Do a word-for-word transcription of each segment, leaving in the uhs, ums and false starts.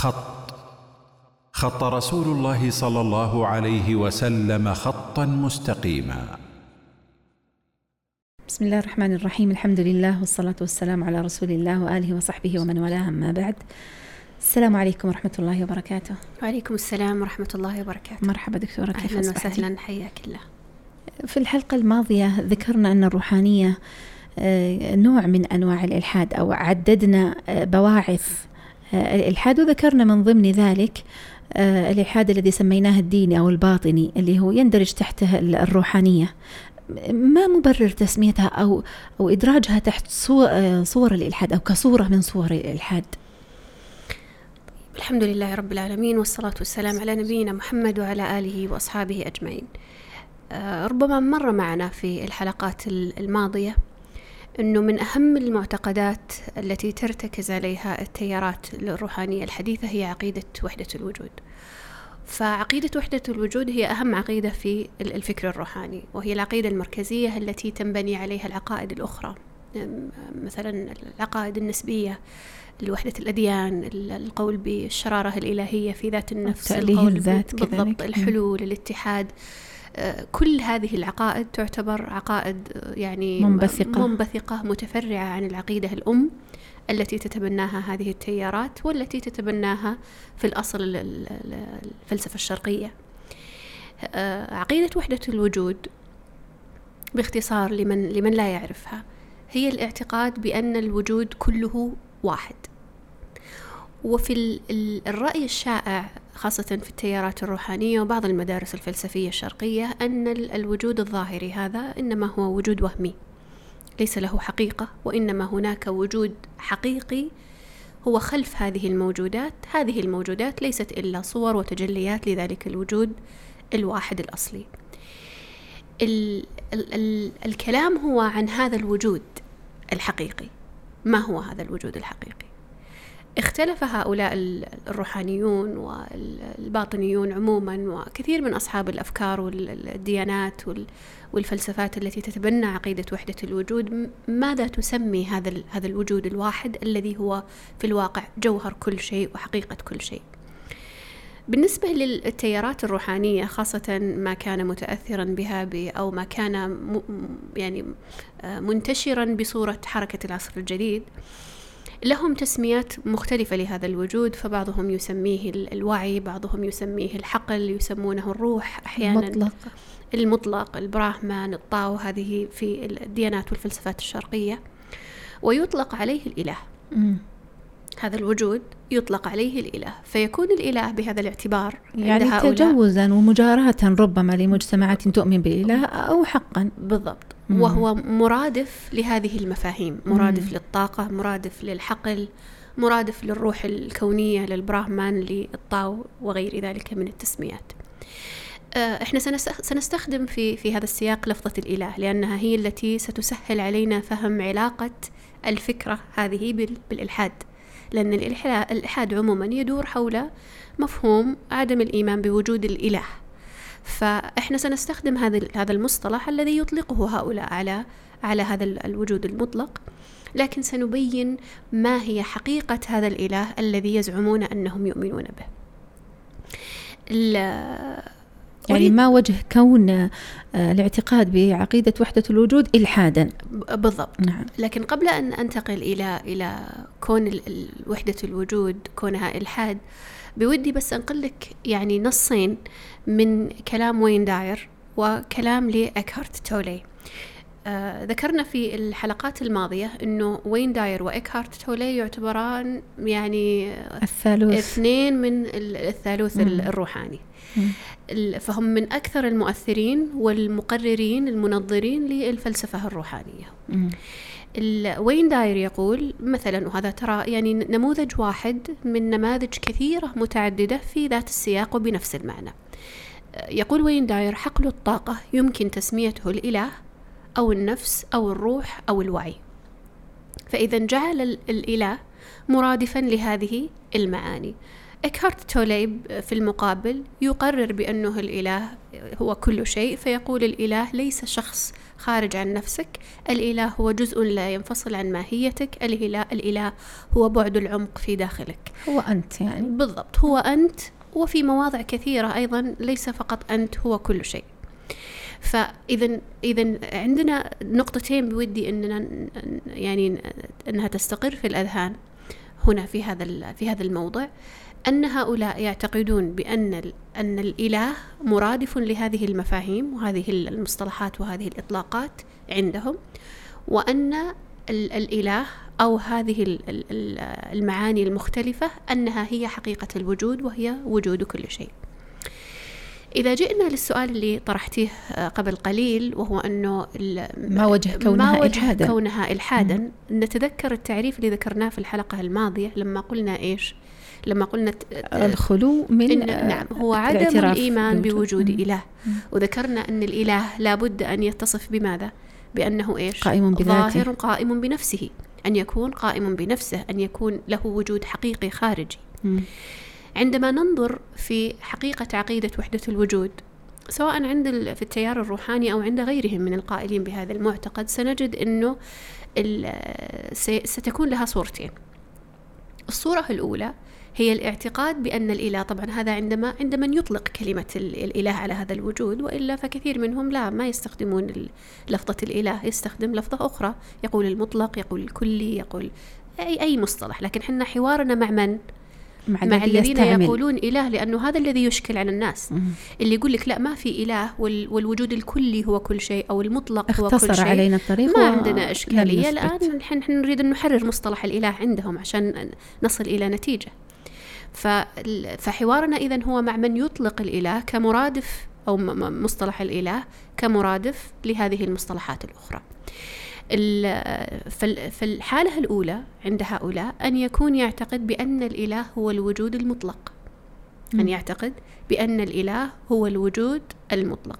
خط خط رسول الله صلى الله عليه وسلم خطا مستقيما. بسم الله الرحمن الرحيم. الحمد لله والصلاة والسلام على رسول الله وآله وصحبه ومن والاه، أما بعد. السلام عليكم ورحمة الله وبركاته. وعليكم السلام ورحمة الله وبركاته. مرحبا دكتورة، كيف أصبحتي؟ أهلا وسهلا، حياك الله. في الحلقة الماضية ذكرنا أن الروحانية نوع من أنواع الإلحاد، أو عددنا بواعث الإلحاد، وذكرنا من ضمن ذلك الإلحاد الذي سميناه الديني أو الباطني، اللي هو يندرج تحته الروحانية. ما مبرر تسميتها أو أو إدراجها تحت صور الإلحاد أو كصورة من صور الإلحاد؟ الحمد لله رب العالمين، والصلاة والسلام على نبينا محمد وعلى آله وأصحابه أجمعين. ربما مر معنا في الحلقات الماضية أنه من أهم المعتقدات التي ترتكز عليها التيارات الروحانية الحديثة هي عقيدة وحدة الوجود. فعقيدة وحدة الوجود هي أهم عقيدة في الفكر الروحاني، وهي العقيدة المركزية التي تنبني عليها العقائد الأخرى، مثلا العقائد النسبية لوحدة الأديان، القول بالشرارة الإلهية في ذات النفس، القول الذات بالضبط، الحلول، الاتحاد. كل هذه العقائد تعتبر عقائد يعني منبثقة. منبثقة متفرعة عن العقيدة الأم التي تتبناها هذه التيارات، والتي تتبناها في الأصل الفلسفة الشرقية. عقيدة وحدة الوجود باختصار لمن لمن لا يعرفها هي الاعتقاد بأن الوجود كله واحد. وفي الرأي الشائع خاصة في التيارات الروحانية وبعض المدارس الفلسفية الشرقية أن الوجود الظاهري هذا إنما هو وجود وهمي ليس له حقيقة، وإنما هناك وجود حقيقي هو خلف هذه الموجودات. هذه الموجودات ليست إلا صور وتجليات لذلك الوجود الواحد الأصلي. ال ال ال الكلام هو عن هذا الوجود الحقيقي. ما هو هذا الوجود الحقيقي؟ اختلف هؤلاء الروحانيون والباطنيون عموما، وكثير من أصحاب الأفكار والديانات والفلسفات التي تتبنى عقيدة وحدة الوجود ماذا تسمي هذا هذا الوجود الواحد الذي هو في الواقع جوهر كل شيء وحقيقة كل شيء. بالنسبة للتيارات الروحانية خاصة ما كان متأثرا بها أو ما كان يعني منتشرا بصورة حركة العصر الجديد، لهم تسميات مختلفة لهذا الوجود. فبعضهم يسميه الوعي، بعضهم يسميه الحقل، يسمونه الروح أحيانا، المطلق المطلق البراهمان، الطاو، هذه في الديانات والفلسفات الشرقية. ويطلق عليه الإله. م. هذا الوجود يطلق عليه الإله، فيكون الإله بهذا الاعتبار يعني تجوزا ومجاراة ربما لمجتمعات تؤمن بالإله أو حقا. بالضبط. مم. وهو مرادف لهذه المفاهيم، مرادف مم. للطاقة، مرادف للحقل، مرادف للروح الكونية، للبراهمان، للطاو وغير ذلك من التسميات. احنا سنستخدم في في هذا السياق لفظة الإله، لأنها هي التي ستسهل علينا فهم علاقة الفكرة هذه بالإلحاد، لأن الإلحاد عموما يدور حول مفهوم عدم الإيمان بوجود الإله. فإحنا سنستخدم هذا هذا المصطلح الذي يطلقه هؤلاء على على هذا الوجود المطلق، لكن سنبين ما هي حقيقة هذا الإله الذي يزعمون أنهم يؤمنون به. يعني ما وجه كون الاعتقاد بعقيدة وحدة الوجود إلحادا؟ بالضبط. نعم. لكن قبل أن أنتقل إلى إلى كون وحدة الوجود كونها إلحاد، بودي بس أنقل لك يعني نصين من كلام وين داير وكلام لإكهارت تولي. آه ذكرنا في الحلقات الماضية أنه وين داير وإكهارت تولي يعتبران يعني الثالوث، اثنين من الثالوث مم. الروحاني. مم. فهم من أكثر المؤثرين والمقررين المنظرين للفلسفة الروحانية. مم. وين داير يقول مثلا، وهذا ترى يعني نموذج واحد من نماذج كثيرة متعددة في ذات السياق وبنفس المعنى. يقول وين داير: حقل الطاقة يمكن تسميته الإله أو النفس أو الروح أو الوعي. فإذا جعل الإله مرادفا لهذه المعاني، إكهارت تولي في المقابل يقرر بأنه الإله هو كل شيء، فيقول الإله ليس شخص خارج عن نفسك، الإله هو جزء لا ينفصل عن ماهيتك، الإله, الإله هو بعد العمق في داخلك، هو أنت يعني بالضبط، هو أنت. وفي مواضع كثيرة أيضا ليس فقط أنت، هو كل شيء. فإذا إذا عندنا نقطتين بودي أننا يعني أنها تستقر في الأذهان هنا في هذا في هذا الموضع، أن هؤلاء يعتقدون بأن أن الإله مرادف لهذه المفاهيم وهذه المصطلحات وهذه الإطلاقات عندهم، وأن الإله أو هذه المعاني المختلفة أنها هي حقيقة الوجود وهي وجود كل شيء. إذا جئنا للسؤال اللي طرحتيه قبل قليل، وهو أنه ما وجه كونها ما وجه إلحادا, كونها إلحادا نتذكر التعريف اللي ذكرناه في الحلقة الماضية لما قلنا إيش؟ لما قلنا الخلو من نعم هو عدم الإيمان بوجود إله، وذكرنا أن الإله لابد أن يتصف بماذا؟ بأنه إيش؟ قائم بذاته، ظاهر قائم بنفسه، أن يكون قائم بنفسه، أن يكون له وجود حقيقي خارجي. م. عندما ننظر في حقيقة عقيدة وحدة الوجود سواء عند في التيار الروحاني أو عند غيرهم من القائلين بهذا المعتقد، سنجد أنه ستكون لها صورتين. الصورة الأولى هي الاعتقاد بأن الإله، طبعا هذا عندما عند من يطلق كلمة الإله على هذا الوجود، وإلا فكثير منهم لا ما يستخدمون لفظة الإله، يستخدم لفظة أخرى، يقول المطلق، يقول الكلي، يقول أي أي مصطلح. لكن حنا حوارنا مع من؟ مع, مع الذين يستعمل. يقولون إله، لأنه هذا الذي يشكل على الناس. مم. اللي يقول لك لا ما في إله والوجود الكلي هو كل شيء أو المطلق هو كل شيء، اختصر علينا الطريق، ما عندنا إشكالية. الآن نحن نريد أن نحرر مصطلح الإله عندهم عشان نصل إلى نتيجة. فحوارنا إذن هو مع من يطلق الإله كمرادف، أو مصطلح الإله كمرادف لهذه المصطلحات الأخرى. في الحالة الأولى عند هؤلاء أن يكون يعتقد بأن الإله هو الوجود المطلق، أن يعتقد بأن الإله هو الوجود المطلق.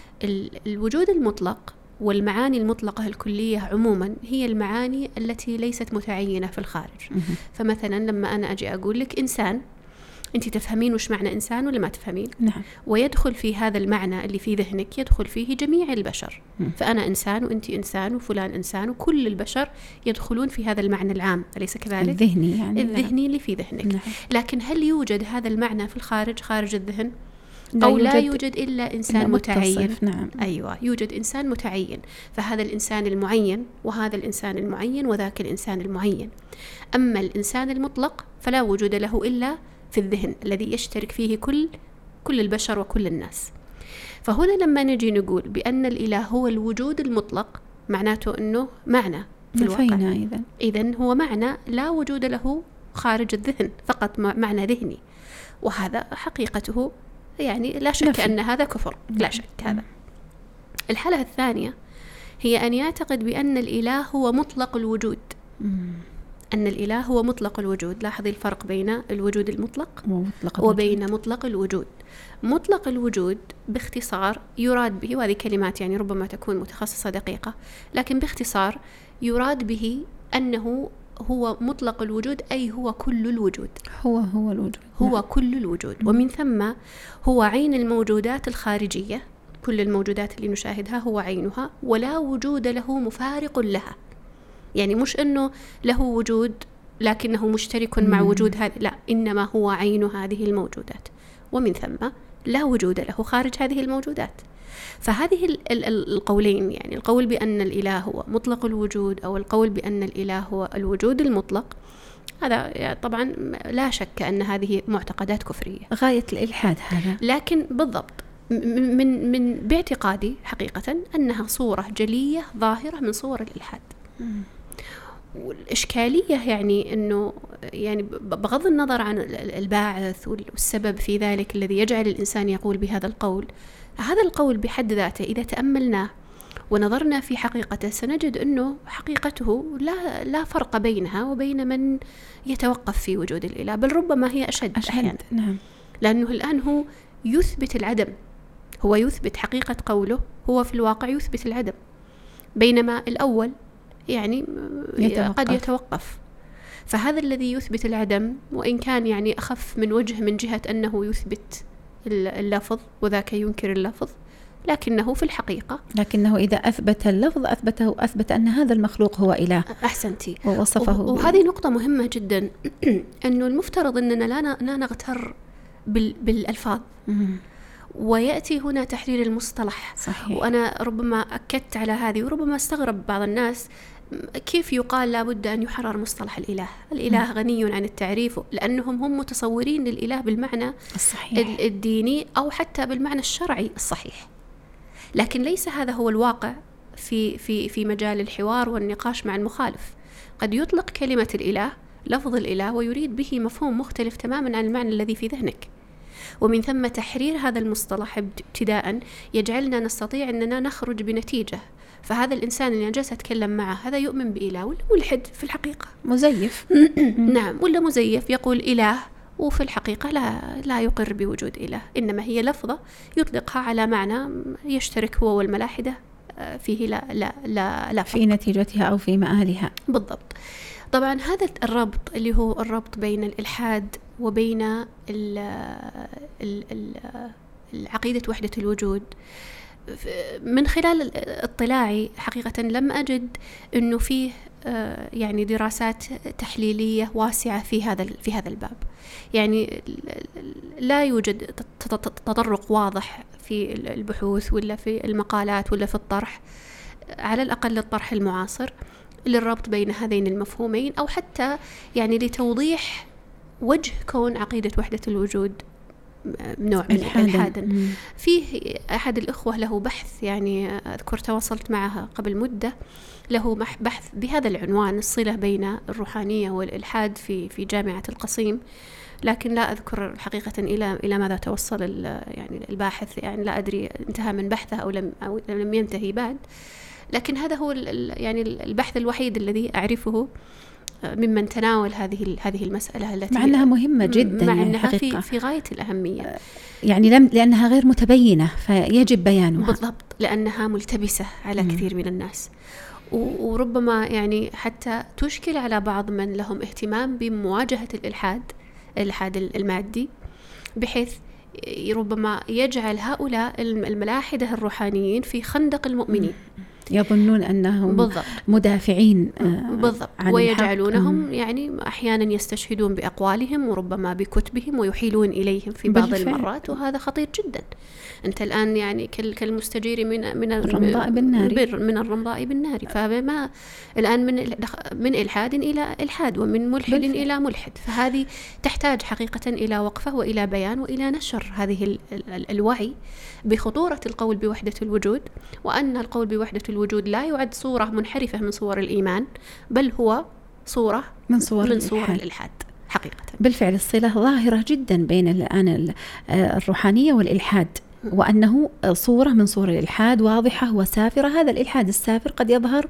الوجود المطلق والمعاني المطلقة الكلية عموما هي المعاني التي ليست متعينة في الخارج. فمثلا لما أنا أجي أقول لك إنسان، أنت تفهمين وش معنى إنسان ولا ما تفهمين؟ نعم. ويدخل في هذا المعنى اللي في ذهنك يدخل فيه جميع البشر. م. فأنا إنسان وأنت إنسان وفلان إنسان، وكل البشر يدخلون في هذا المعنى العام، أليس كذلك؟ الذهني يعني الذهني اللي في ذهنك. نعم. لكن هل يوجد هذا المعنى في الخارج، خارج الذهن؟ لا أو لا يوجد إلا إنسان متعين. نعم. أيوة، يوجد إنسان متعين، فهذا الإنسان المعين وهذا الإنسان المعين وذاك الإنسان المعين. أما الإنسان المطلق فلا وجود له إلا في الذهن الذي يشترك فيه كل كل البشر وكل الناس. فهنا لما نجي نقول بأن الإله هو الوجود المطلق، معناته أنه معنى في الواقع. إذن إذن هو معنى لا وجود له خارج الذهن، فقط معنى ذهني، وهذا حقيقته يعني لا شك نفي. أن هذا كفر، لا شك هذا. الحالة الثانية هي أن يعتقد بأن الإله هو مطلق الوجود. مم. أن الإله هو مطلق الوجود. لاحظي الفرق بين الوجود المطلق ومطلق وبين الوجود. مطلق الوجود. مطلق الوجود باختصار يراد به، وهذه كلمات يعني ربما تكون متخصصة دقيقة، لكن باختصار يراد به أنه هو مطلق الوجود، أي هو كل الوجود. هو هو الوجود هو نعم. كل الوجود، ومن ثم هو عين الموجودات الخارجية. كل الموجودات اللي نشاهدها هو عينها، ولا وجود له مفارق لها. يعني مش أنه له وجود لكنه مشترك مع وجود هذا، لا، إنما هو عين هذه الموجودات، ومن ثم لا وجود له خارج هذه الموجودات. فهذه القولين، يعني القول بأن الإله هو مطلق الوجود أو القول بأن الإله هو الوجود المطلق، هذا طبعا لا شك أن هذه معتقدات كفرية غاية الإلحاد هذا. لكن بالضبط من من باعتقادي حقيقة أنها صورة جلية ظاهرة من صور الإلحاد. م. والإشكالية يعني أنه يعني بغض النظر عن الباعث والسبب في ذلك الذي يجعل الإنسان يقول بهذا القول، هذا القول بحد ذاته إذا تأملناه ونظرنا في حقيقته سنجد أنه حقيقته لا لا فرق بينها وبين من يتوقف في وجود الإله، بل ربما هي أشد, أشد. أحيانا. نعم. لأنه الآن هو يثبت العدم، هو يثبت حقيقة قوله، هو في الواقع يثبت العدم، بينما الأول يعني يتوقف. قد يتوقف. فهذا الذي يثبت العدم، وإن كان يعني أخف من وجه من جهة أنه يثبت اللفظ وذاك ينكر اللفظ، لكنه في الحقيقة لكنه إذا أثبت اللفظ أثبته أثبت أن هذا المخلوق هو إله. أحسنتي. ووصفه وهذه نقطة مهمة جدا أنه المفترض أننا لا نغتر بالألفاظ، ويأتي هنا تحرير المصطلح. صحيح. وأنا ربما أكدت على هذه، وربما استغرب بعض الناس كيف يقال لابد أن يحرر مصطلح الإله. الإله غني عن التعريف، لأنهم هم متصورين للإله بالمعنى الصحيح الديني أو حتى بالمعنى الشرعي الصحيح، لكن ليس هذا هو الواقع في في في مجال الحوار والنقاش مع المخالف. قد يطلق كلمة الإله، لفظ الإله، ويريد به مفهوم مختلف تماما عن المعنى الذي في ذهنك، ومن ثم تحرير هذا المصطلح ابتداء يجعلنا نستطيع أننا نخرج بنتيجة. فهذا الإنسان اللي جالس أتكلم معه هذا يؤمن بإله ولا ملحد في الحقيقة؟ مزيف. نعم، ولا مزيف يقول إله وفي الحقيقة لا لا يقر بوجود إله، إنما هي لفظة يطلقها على معنى يشترك هو والملاحدة فيه لا لا لا, لا في نتيجتها أو في مآلها. بالضبط. طبعا هذا الربط اللي هو الربط بين الإلحاد وبين ال ال ال العقيدة وحدة الوجود، من خلال اطلاعي حقيقة لم أجد أنه فيه يعني دراسات تحليلية واسعة في هذا في هذا الباب. يعني لا يوجد تطرق واضح في البحوث ولا في المقالات ولا في الطرح، على الأقل الطرح المعاصر، للربط بين هذين المفهومين، أو حتى يعني لتوضيح وجه كون عقيدة وحدة الوجود نوع من الإلحاد. فيه أحد الإخوة له بحث، يعني أذكر تواصلت معها قبل مدة، له بحث بهذا العنوان، الصلة بين الروحانية والإلحاد في في جامعة القصيم، لكن لا أذكر حقيقة إلى إلى ماذا توصل يعني الباحث، يعني لا أدري انتهى من بحثه أو لم أو لم ينتهي بعد. لكن هذا هو يعني البحث الوحيد الذي أعرفه ممن تناول هذه هذه المسألة، التي مع أنها مهمة جدا، مع يعني أنها حقيقة في في غاية الأهمية، يعني لم لأنها غير متبينة فيجب بيانها. بالضبط، لأنها ملتبسة على م. كثير من الناس، وربما يعني حتى تشكل على بعض من لهم اهتمام بمواجهة الإلحاد الإلحاد المادي، بحيث ربما يجعل هؤلاء الملاحدة الروحانيين في خندق المؤمنين، يظنون أنهم بالضبط. مدافعين بالضبط، ويجعلونهم يعني أحيانا يستشهدون بأقوالهم وربما بكتبهم ويحيلون إليهم في بعض بالفعل. المرات، وهذا خطير جدا. أنت الآن يعني كالمستجير من من الرمضاء بالنار من الرمضاء بالنار، فما الآن من من إلحاد إلى إلحاد، ومن ملحد بالفعل. إلى ملحد، فهذه تحتاج حقيقة إلى وقفة وإلى بيان وإلى نشر هذه الوعي بخطورة القول بوحدة الوجود، وأن القول بوحدة الوجود لا يعد صورة منحرفة من صور الإيمان، بل هو صورة من صور, من صور الإلحاد حقيقة. بالفعل الصلة ظاهرة جدا بين الآن الروحانية والإلحاد، وأنه صورة من صور الإلحاد واضحة وسافرة. هذا الإلحاد السافر قد يظهر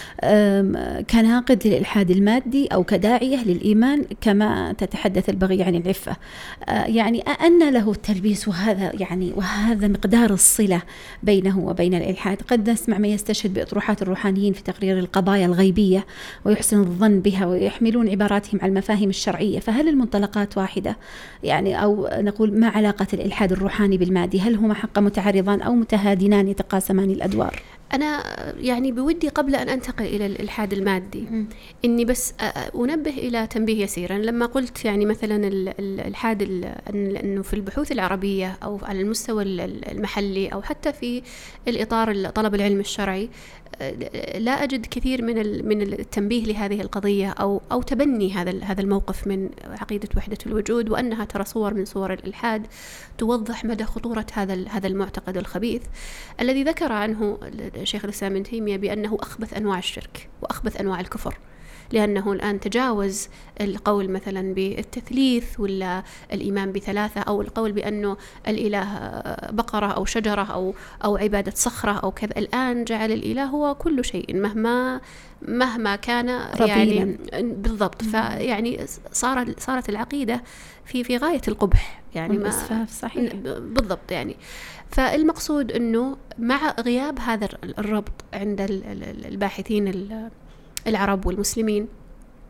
كناقد للإلحاد المادي أو كداعية للإيمان، كما تتحدث البغي عن العفة، يعني أن له التلبيس، وهذا يعني وهذا مقدار الصلة بينه وبين الإلحاد. قد نسمع ما يستشهد بأطروحات الروحانيين في تقرير القضايا الغيبية ويحسن الظن بها، ويحملون عباراتهم على المفاهيم الشرعية. فهل المنطلقات واحدة؟ يعني أو نقول ما علاقة الإلحاد الروحاني بالمادي؟ هل هما حق متعارضان أو متهادنان يتقاسمان الأدوار؟ أنا يعني بودي قبل أن أنتقل إلى الإلحاد المادي م. إني بس أنبه إلى تنبيه يسيرا. لما قلت يعني مثلا الإلحاد أنه في البحوث العربية أو على المستوى المحلي أو حتى في الإطار طلب العلم الشرعي، لا أجد كثير من من التنبيه لهذه القضية أو أو تبني هذا هذا الموقف من عقيدة وحدة الوجود، وأنها ترى صور من صور الإلحاد توضح مدى خطورة هذا هذا المعتقد الخبيث الذي ذكر عنه الشيخ الإسلام ابن تيمية بأنه أخبث أنواع الشرك وأخبث أنواع الكفر، لأنه الآن تجاوز القول مثلا بالتثليث ولا الإيمان بثلاثة، أو القول بأنه الإله بقرة أو شجرة أو أو عبادة صخرة أو كذا. الآن جعل الإله هو كل شيء مهما مهما كان يعني بالضبط. فيعني صارت صارت العقيدة في في غاية القبح، يعني ما صحيح بالضبط. يعني فالمقصود أنه مع غياب هذا الربط عند الباحثين العرب والمسلمين،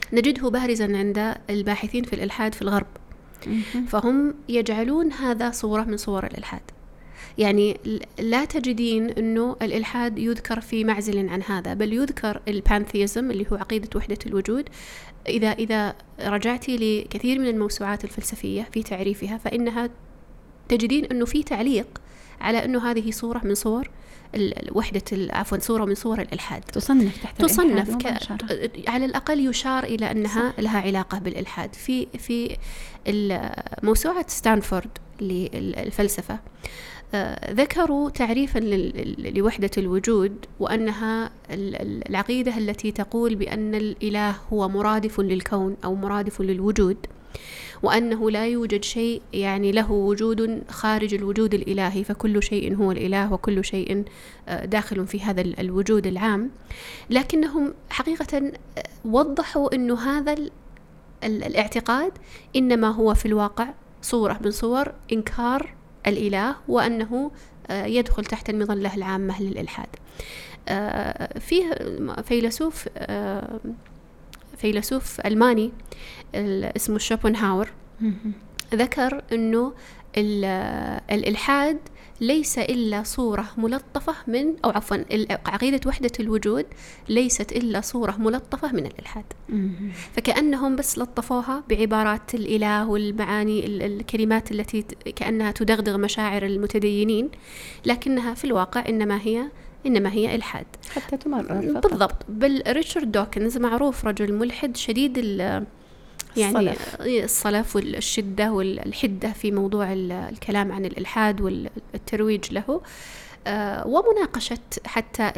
نجده بارزا عند الباحثين في الإلحاد في الغرب. فهم يجعلون هذا صورة من صور الإلحاد، يعني لا تجدين أنه الإلحاد يذكر في معزل عن هذا، بل يذكر البانثيزم اللي هو عقيدة وحدة الوجود. إذا إذا رجعتي لكثير من الموسوعات الفلسفية في تعريفها فإنها تجدين أنه في تعليق على أنه هذه صورة من صور وحدة عفوا صورة من صور الإلحاد، تصنف تحت تصنف ك... على الأقل يشار إلى أنها صح. لها علاقة بالإلحاد. في في موسوعة ستانفورد للفلسفة آه، ذكروا تعريفا لوحدة الوجود، وأنها العقيدة التي تقول بأن الإله هو مرادف للكون أو مرادف للوجود، وأنه لا يوجد شيء يعني له وجود خارج الوجود الإلهي، فكل شيء هو الإله وكل شيء داخل في هذا الوجود العام. لكنهم حقيقة وضحوا أنه هذا الاعتقاد إنما هو في الواقع صورة من صور إنكار الإله، وأنه يدخل تحت المظلة العامة للإلحاد. فيه فيلسوف فيلسوف ألماني اسمه شوبنهاور ذكر أنه الإلحاد ليس إلا صورة ملطفة من أو عفوا عقيدة وحدة الوجود ليست إلا صورة ملطفة من الإلحاد. فكأنهم بس لطفوها بعبارات الإله والمعاني الكلمات التي كأنها تدغدغ مشاعر المتدينين، لكنها في الواقع إنما هي إنما هي إلحاد حتى تمرر. بالضبط. بل ريتشارد دوكنز معروف رجل ملحد شديد يعني الصلف, الصلف والشدة والحدة في موضوع الكلام عن الإلحاد والترويج له ومناقشة حتى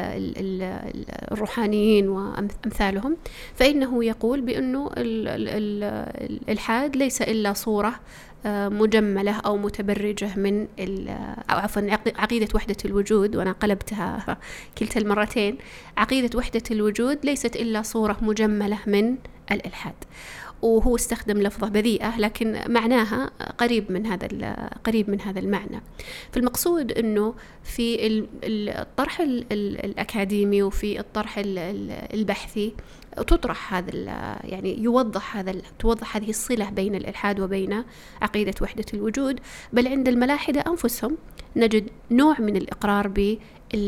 الروحانيين وأمثالهم. فإنه يقول بأنه الإلحاد ليس إلا صورة مجملة أو متبرجة من أو عفوا عقيدة وحدة الوجود، وأنا قلبتها كلتا المرتين. عقيدة وحدة الوجود ليست إلا صورة مجملة من الإلحاد، وهو استخدم لفظة بذيئة لكن معناها قريب من هذا قريب من هذا المعنى. فالمقصود إنه في الطرح الأكاديمي وفي الطرح البحثي تطرح هذا يعني يوضح هذا توضح هذه الصلة بين الإلحاد وبين عقيدة وحدة الوجود. بل عند الملاحدة أنفسهم نجد نوع من الإقرار بأن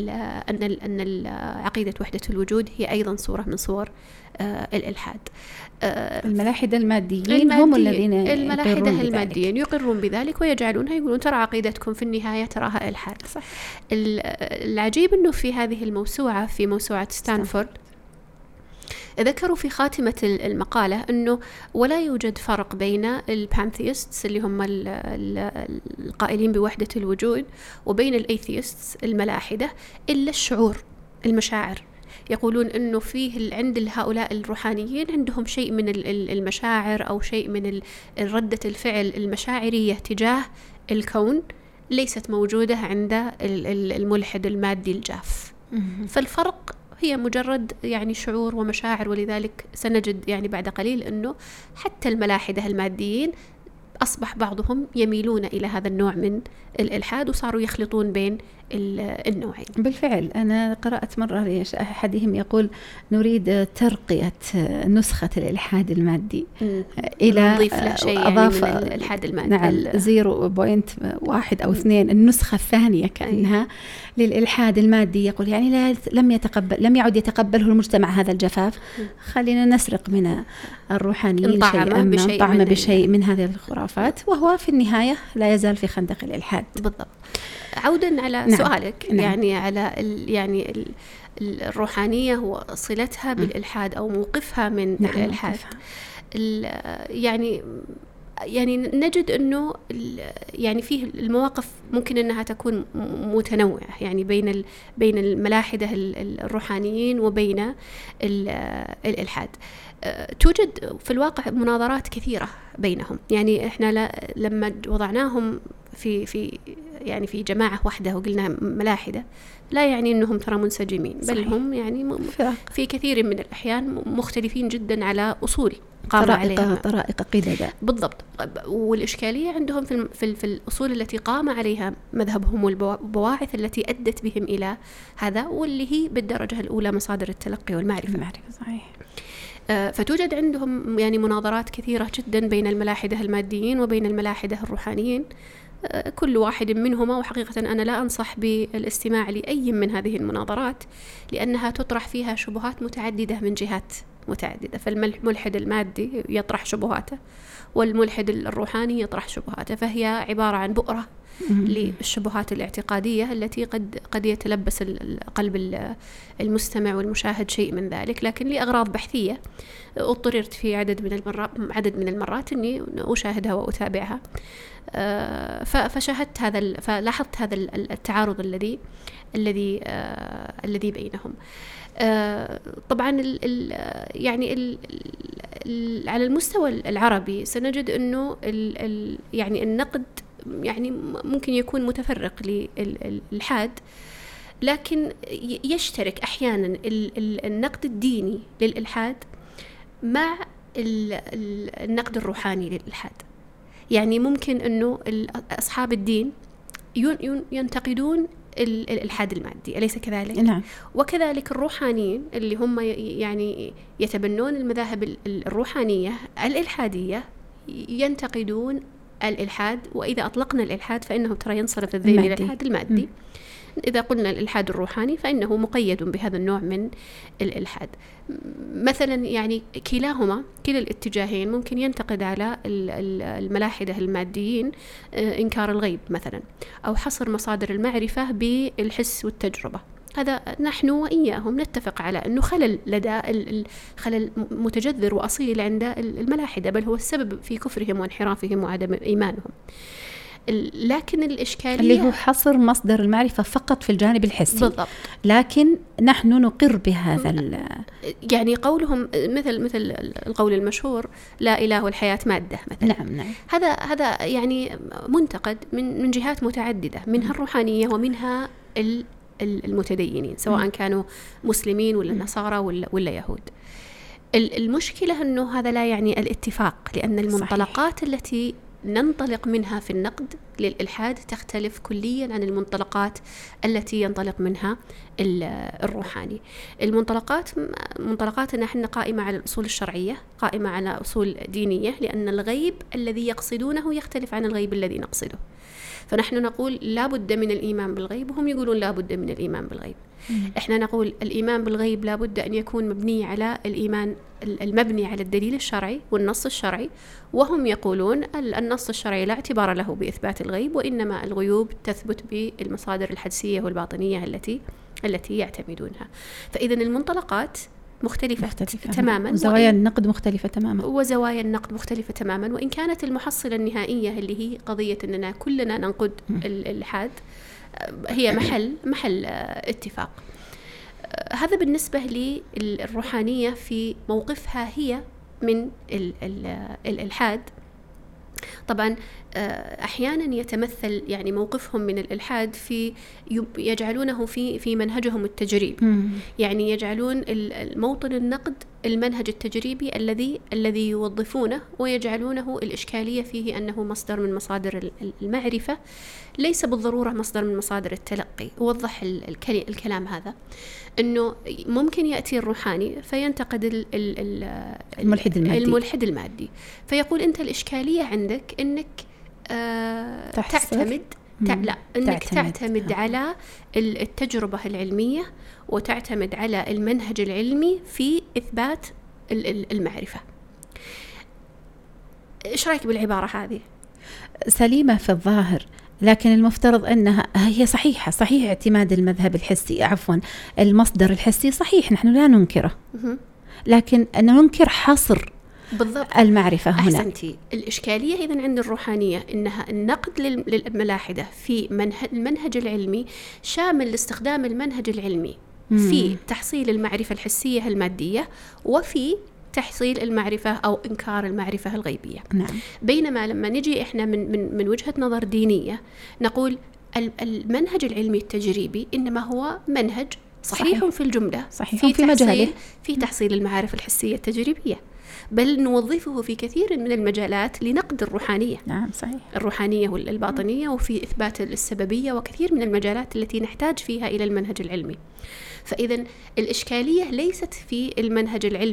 أن عقيدة وحدة الوجود هي أيضا صورة من صور الإلحاد. الملاحدة الماديين هم الذين الملاحدة الماديين يقرون بذلك ويجعلونها يقولون ترى عقيدتكم في النهاية تراها إلحاد. صح. العجيب أنه في هذه الموسوعة في موسوعة ستانفورد ذكروا في خاتمة المقالة أنه ولا يوجد فرق بين البانثيستس اللي هم القائلين بوحدة الوجود وبين الأيثيستس الملاحدة إلا الشعور المشاعر. يقولون أنه فيه عند هؤلاء الروحانيين عندهم شيء من المشاعر أو شيء من ردة الفعل المشاعرية تجاه الكون ليست موجودة عند الملحد المادي الجاف. فالفرق هي مجرد يعني شعور ومشاعر. ولذلك سنجد يعني بعد قليل أنه حتى الملاحدة الماديين أصبح بعضهم يميلون إلى هذا النوع من الإلحاد وصاروا يخلطون بين النوعين. بالفعل أنا قرأت مرة أحدهم يقول نريد ترقية نسخة الإلحاد المادي إلى نضيف له شيء أضاف يعني من الإلحاد المادي. نعم زيرو بوينت واحد أو اثنين النسخة الثانية كأنها أي. للإلحاد المادي. يقول يعني لا لم يتقبل لم يعد يتقبله المجتمع هذا الجفاف. خلينا نسرق من الروحانيين شيئا ما طعم بشيء من هذه الخرافات، وهو في النهاية لا يزال في خندق الإلحاد. بالضبط. عودا على نعم. سؤالك نعم. يعني على ال يعني ال الروحانية وصلتها بالإلحاد أو موقفها من نعم. الإلحاد. يعني يعني نجد أنه يعني فيه المواقف ممكن أنها تكون متنوعة يعني بين بين الملاحدة الروحانيين وبين الإلحاد. توجد في الواقع مناظرات كثيرة بينهم. يعني إحنا لما وضعناهم في في يعني في جماعة واحدة وقلنا ملاحدة لا يعني أنهم ترى منسجمين، بل هم يعني في كثير من الأحيان مختلفين جدا على أصول قام عليها طرائق قددا. بالضبط. والإشكالية عندهم في في, في الأصول التي قام عليها مذهبهم والبواعث التي أدت بهم إلى هذا، واللي هي بالدرجة الأولى مصادر التلقي والمعرفة. المعرفة صحيح. فتوجد عندهم يعني مناظرات كثيرة جدا بين الملاحدة الماديين وبين الملاحدة الروحانيين، كل واحد منهما. وحقيقة أنا لا أنصح بالاستماع لأي من هذه المناظرات لأنها تطرح فيها شبهات متعددة من جهات متعددة. فالملحد المادي يطرح شبهاته والملحد الروحاني يطرح شبهاته، فهي عبارة عن بؤرة للشبهات الاعتقادية التي قد قد يتلبس قلب المستمع والمشاهد شيء من ذلك، لكن لأغراض بحثية اضطررت في عدد من المرات عدد من المرات إني أشاهدها وأتابعها. فشاهدت هذا فلاحظت هذا التعارض الذي الذي الذي بينهم. طبعا ال ال يعني ال ال على المستوى العربي سنجد أنه ال ال يعني النقد يعني ممكن يكون متفرق للإلحاد، لكن يشترك أحيانا النقد الديني للإلحاد مع النقد الروحاني للإلحاد. يعني ممكن أنه أصحاب الدين ينتقدون الإلحاد المادي، أليس كذلك؟ نعم. وكذلك الروحانيين اللي هم يعني يتبنون المذاهب الروحانية الإلحادية ينتقدون الإلحاد. وإذا أطلقنا الإلحاد فإنه ترى ينصرف الذهن إلى الإلحاد المادي. م. إذا قلنا الإلحاد الروحاني فإنه مقيد بهذا النوع من الإلحاد. مثلا يعني كلاهما كلا الاتجاهين ممكن ينتقد على الملاحدة الماديين إنكار الغيب مثلا، أو حصر مصادر المعرفة بالحس والتجربة. هذا نحن وإياهم نتفق على أنه خلل لدى خلل متجذر وأصيل عند الملاحدة، بل هو السبب في كفرهم وانحرافهم وعدم إيمانهم. لكن الإشكالية اللي هو حصر مصدر المعرفة فقط في الجانب الحسي. بالضبط. لكن نحن نقر بهذا يعني قولهم مثل مثل القول المشهور لا إله الحياة مادة مثلا. نعم نعم. هذا هذا يعني منتقد من من جهات متعددة، منها الروحانية ومنها المتدينين، سواء كانوا مسلمين ولا نصارى ولا ولا يهود. المشكلة أنه هذا لا يعني الاتفاق، لأن المنطلقات صحيح. التي ننطلق منها في النقد للإلحاد تختلف كليا عن المنطلقات التي ينطلق منها الروحاني. المنطلقات منطلقاتنا احنا قائمة على الأصول الشرعية، قائمة على أصول دينية، لأن الغيب الذي يقصدونه يختلف عن الغيب الذي نقصده. فنحن نقول لا بد من الإيمان بالغيب، وهم يقولون لا بد من الإيمان بالغيب. إحنا نقول الإيمان بالغيب لا بد أن يكون مبني على الإيمان المبني على الدليل الشرعي والنص الشرعي، وهم يقولون النص الشرعي لا اعتبار له بإثبات الغيب، وإنما الغيوب تثبت بالمصادر الحدسية والباطنية التي التي يعتمدونها. فإذا المنطلقات مختلفة, مختلفة تماما، وزوايا النقد مختلفة تماما وزوايا النقد مختلفة تماما وإن كانت المحصلة النهائية اللي هي قضية أننا كلنا ننقد الإلحاد هي محل محل اتفاق. هذا بالنسبة للروحانية في موقفها هي من الإلحاد. طبعا أحيانا يتمثل يعني موقفهم من الإلحاد في يجعلونه في في منهجهم التجريبي، يعني يجعلون الموطن النقد المنهج التجريبي الذي الذي يوظفونه، ويجعلونه الإشكالية فيه أنه مصدر من مصادر المعرفة ليس بالضرورة مصدر من مصادر التلقي. ووضح الكلام هذا أنه ممكن يأتي الروحاني فينتقد الملحد المادي. الملحد المادي فيقول أنت الإشكالية عندك أنك آه تعتمد تع... لا أنك تعتمد, تعتمد على التجربة العلمية وتعتمد على المنهج العلمي في إثبات المعرفة. إيش رأيك بالعبارة هذه؟ سليمة في الظاهر، لكن المفترض أنها هي صحيحة. صحيح اعتماد المذهب الحسي عفوا المصدر الحسي صحيح، نحن لا ننكره، لكن أن ننكر حصر بالضبط المعرفة هنا. أحسنتي. الإشكالية إذن عند الروحانية إنها النقد للملاحدة في المنهج العلمي شامل لاستخدام المنهج العلمي مم. في تحصيل المعرفة الحسية المادية وفي تحصيل المعرفة أو إنكار المعرفة الغيبية. نعم. بينما لما نجي إحنا من, من, من وجهة نظر دينية نقول المنهج العلمي التجريبي إنما هو منهج صحيح, صحيح. في الجملة صحيح. في, في مجاله في تحصيل المعارف الحسية التجريبية، بل نوظفه في كثير من المجالات لنقد الروحانية. نعم صحيح. الروحانية والباطنية وفي إثبات السببية وكثير من المجالات التي نحتاج فيها إلى المنهج العلمي. فإذا الإشكالية ليست في المنهج العلمي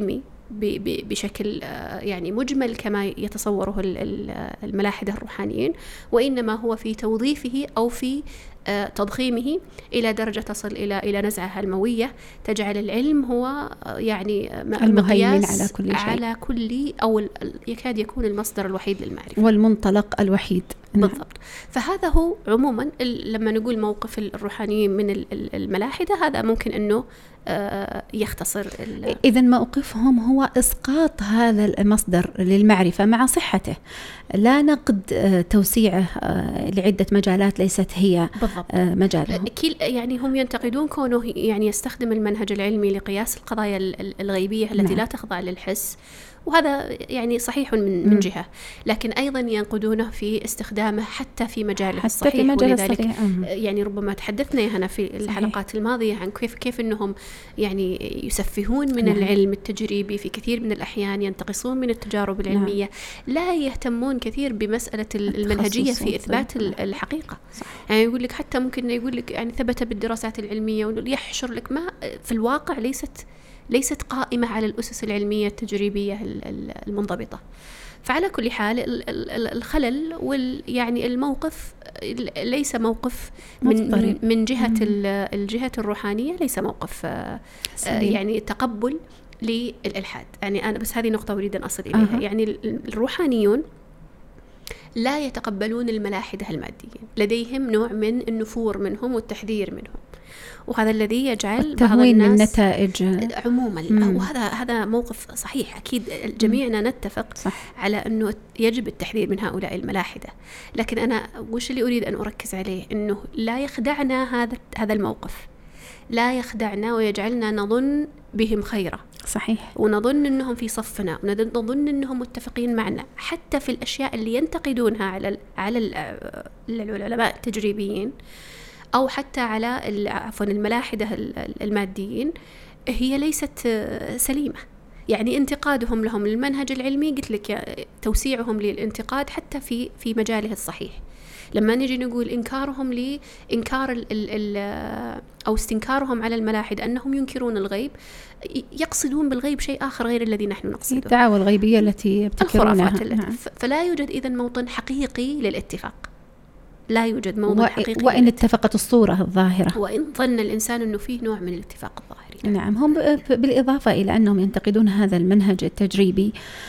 بشكل يعني مجمل كما يتصوره الملاحدة الروحانيين، وإنما هو في توظيفه أو في تضخيمه إلى درجة تصل إلى إلى نزعة الموية تجعل العلم هو يعني المهيمن على كل شيء، على كل أو يكاد يكون المصدر الوحيد للمعرفة والمنطلق الوحيد. بالضبط. فهذا هو عموما لما نقول موقف الروحانيين من الملاحدة، هذا ممكن أنه يختصر. إذا موقفهم هو إسقاط هذا المصدر للمعرفة مع صحته، لا نقد توسيعه لعدة مجالات ليست هي بالضبط مجالهم. يعني هم ينتقدون كونه يعني يستخدم المنهج العلمي لقياس القضايا الغيبية التي نعم. لا تخضع للحس، وهذا يعني صحيح من من جهة، لكن أيضا ينقدونه في استخدامه حتى في مجاله حتى الصحيح. في مجال ولذلك الصحيح. يعني ربما تحدثنا هنا في الحلقات صحيح. الماضية عن كيف كيف أنهم يعني يسفهون من نعم. العلم التجريبي في كثير من الأحيان، ينتقصون من التجارب العلمية، نعم. لا يهتمون كثير بمسألة المنهجية في إثبات الحقيقة. صح. يعني يقول لك حتى ممكن يقول لك يعني ثبت بالدراسات العلمية، ويحشر لك ما في الواقع ليست ليست قائمة على الأسس العلمية التجريبية المنضبطة. فعلى كل حال الخلل وال يعني الموقف ليس موقف من من جهة الجهة الروحانية، ليس موقف يعني تقبل للإلحاد. يعني أنا بس هذه نقطة أريد أن أصل إليها. أه. يعني الروحانيون لا يتقبلون الملاحدة الماديين، لديهم نوع من النفور منهم والتحذير منهم، وهذا الذي يجعل بعض الناس من نتائج عموما. مم. وهذا هذا موقف صحيح، أكيد جميعنا نتفق صح. على أنه يجب التحذير من هؤلاء الملاحدة، لكن أنا وش اللي أريد أن أركز عليه، أنه لا يخدعنا هذا هذا الموقف، لا يخدعنا ويجعلنا نظن بهم خيرا. صحيح. ونظن أنهم في صفنا، ونظن أنهم متفقين معنا حتى في الأشياء اللي ينتقدونها على على العلماء التجريبيين، أو حتى على عفوا الملاحدة الماديين، هي ليست سليمة. يعني انتقادهم لهم للمنهج العلمي، قلت لك توسيعهم للانتقاد حتى في في مجاله الصحيح. لما نجي نقول إنكارهم لإنكار ال ال أو استنكارهم على الملاحد أنهم ينكرون الغيب، يقصدون بالغيب شيء آخر غير الذي نحن نقصده، الدعاوى الغيبية التي يبتكرونها. فلا يوجد إذن موطن حقيقي للاتفاق، لا يوجد موضوع حقيقي، وإن اتفقت الصورة الظاهرة، وإن ظن الإنسان أنه فيه نوع من الاتفاق الظاهري. نعم. هم بالإضافة إلى أنهم ينتقدون هذا المنهج التجريبي،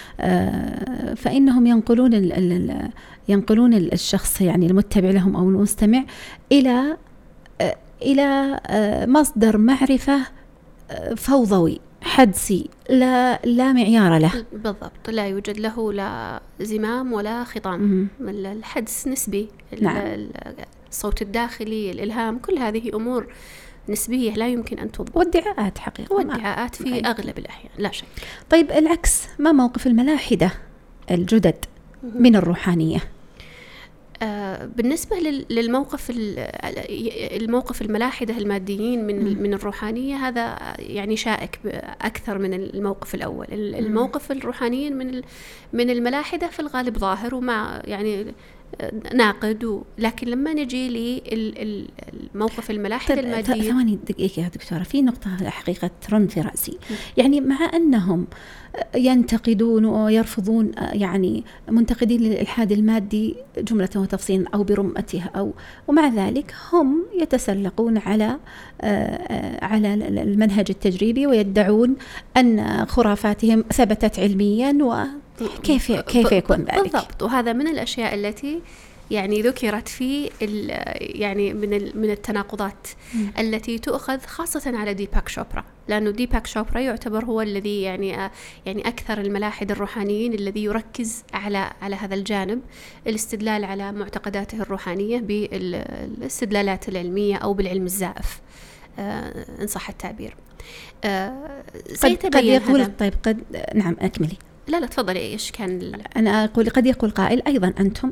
فإنهم ينقلون ينقلون الشخص يعني المتبع لهم أو المستمع إلى إلى مصدر معرفة فوضوي حدسي لا لا معيار له. بالضبط، لا يوجد له لا زمام ولا خطام. الحدس نسبي. نعم. الصوت الداخلي، الإلهام، كل هذه أمور نسبية لا يمكن أن تضبط. والدعاءات حقيقة، والدعاءات في أي. أغلب الأحيان لا شك. طيب العكس، ما موقف الملاحدة الجدد من الروحانية؟ آه بالنسبة للموقف الموقف الملاحدة الماديين من من الروحانية، هذا يعني شائك أكثر من الموقف الأول. الموقف الروحانيين من من الملاحدة في الغالب ظاهر ومع يعني ناقد، لكن لما نجي للموقف الملاحدة المادية. ثواني دقيقة يا دكتورة، في نقطة حقيقة ترن في رأسي. يعني مع أنهم ينتقدون ويرفضون، يعني منتقدين للإلحاد المادي جملة وتفصيلا أو برمتها، أو ومع ذلك هم يتسلقون على على المنهج التجريبي ويدعون أن خرافاتهم ثبتت علميا، وكيف كيف يكون ذلك؟ بالضبط. وهذا من الأشياء التي يعني ذكرت في يعني من من التناقضات م. التي تؤخذ خاصة على ديباك شوبرا، لأنه ديباك شوبرا يعتبر هو الذي يعني يعني أكثر الملاحد الروحانيين الذي يركز على على هذا الجانب، الاستدلال على معتقداته الروحانية بالاستدلالات العلمية أو بالعلم الزائف، آه إن صح التعبير. آه قد, قد يقول طيب قد نعم أكملي. لا لا تفضلي. إيش كان؟ أنا أقول قد يقول قائل أيضا أنتم